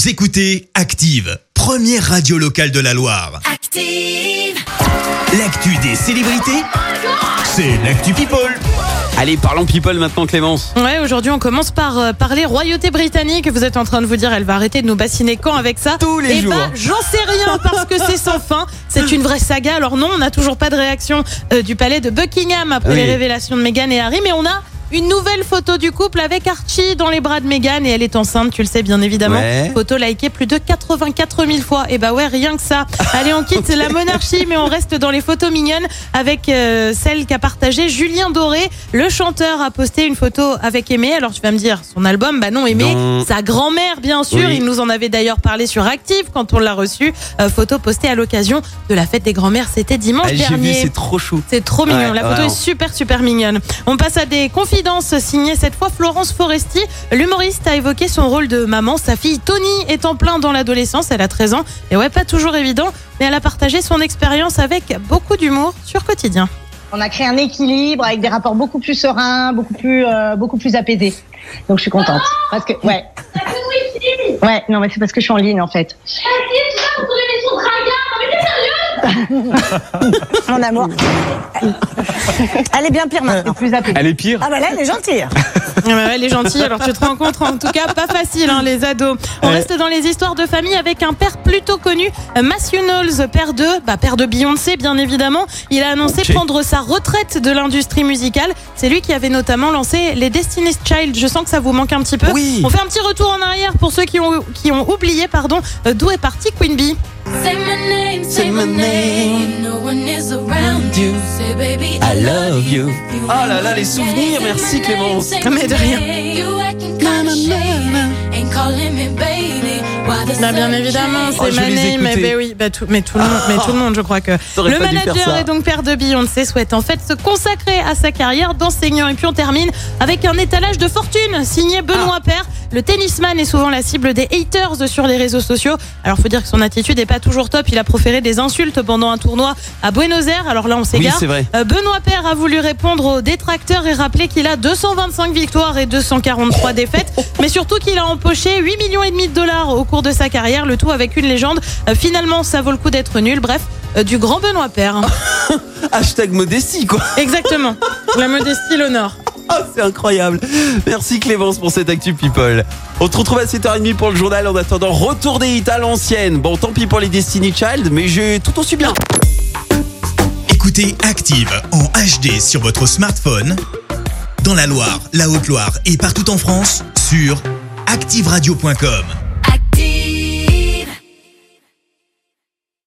Vous écoutez Active, première radio locale de la Loire. Active. L'actu des célébrités, c'est l'actu People. Allez, parlons people maintenant, Clémence. Ouais, aujourd'hui on commence par parler royauté britannique. Vous êtes en train de vous dire, elle va arrêter de nous bassiner quand avec ça? Tous les jours. J'en sais rien parce que c'est sans fin. C'est une vraie saga. Alors non, on n'a toujours pas de réaction du palais de Buckingham après les révélations de Meghan et Harry, mais on a une nouvelle photo du couple avec Archie dans les bras de Meghan et elle est enceinte, tu le sais bien évidemment. Ouais. Photo likée plus de 84 000 fois. Et bah ouais, rien que ça. Allez, on quitte la monarchie, mais on reste dans les photos mignonnes avec celle qu'a partagée Julien Doré. Le chanteur a posté une photo avec Aimé. Alors tu vas me dire, son album, bah non, Aimé, sa grand-mère bien sûr. Oui. Il nous en avait d'ailleurs parlé sur Active quand on l'a reçu. Photo postée à l'occasion de la fête des grands-mères, c'était dimanche J'ai dernier. vu, c'est trop chou. C'est trop mignon. Ouais, La photo vraiment. est super mignonne. On passe à des confidences signées cette fois Florence Foresti. L'humoriste a évoqué son rôle de maman. Sa fille Tony est en plein dans l'adolescence. Elle a 13 ans. Et ouais, pas toujours évident. Mais elle a partagé son expérience avec beaucoup d'humour sur Quotidien. On a créé un équilibre avec des rapports beaucoup plus sereins, beaucoup plus apaisés. Donc je suis contente. Parce que, ouais. Ouais, non, mais c'est parce que je suis en ligne en fait. Mon amour. Elle est bien pire maintenant. Plus apaisé. Elle est pire. Ah bah là, elle est gentille. Ouais, elle est gentille, alors tu te rends compte, en tout cas pas facile les ados. On reste dans les histoires de famille avec un père plutôt connu, Matthew Knowles, père de Beyoncé bien évidemment. Il a annoncé prendre sa retraite de l'industrie musicale. C'est lui qui avait notamment lancé les Destiny's Child. Je sens que ça vous manque un petit peu. Oui. On fait un petit retour en arrière pour ceux qui ont oublié d'où est parti Queen Bee. Say my name. No one is around you. Say baby, I love you. Oh là là, les souvenirs, merci Clémence. Mais de rien. Bah bien évidemment, c'est je My les Name, écoutais. mais oui, tout le monde, je crois que T'aurais le pas dû faire manager ça. et donc père de Beyoncé souhaite en fait se consacrer à sa carrière d'enseignant. Et puis on termine avec un étalage de fortune signé Benoît Paire. Le tennisman est souvent la cible des haters sur les réseaux sociaux. Alors faut dire que son attitude est pas toujours top. Il a proféré des insultes pendant un tournoi à Buenos Aires. Alors là on s'égare. Oui, c'est vrai. Benoît Paire a voulu répondre aux détracteurs et rappeler qu'il a 225 victoires et 243 défaites, mais surtout qu'il a empoché 8,5 millions de dollars au cours de sa carrière, le tout avec une légende. Finalement, ça vaut le coup d'être nul. Bref, du grand Benoît Paire. Hashtag modestie, quoi. Exactement. La modestie l'honore. Oh, c'est incroyable. Merci Clémence pour cette actu people. On te retrouve à 7h30 pour le journal. En attendant, retour des hits à l'ancienne. Bon, tant pis pour les Destiny Child, mais j'ai tout aussi bien. Écoutez Active en HD sur votre smartphone, dans la Loire, la Haute-Loire et partout en France, sur activeradio.com.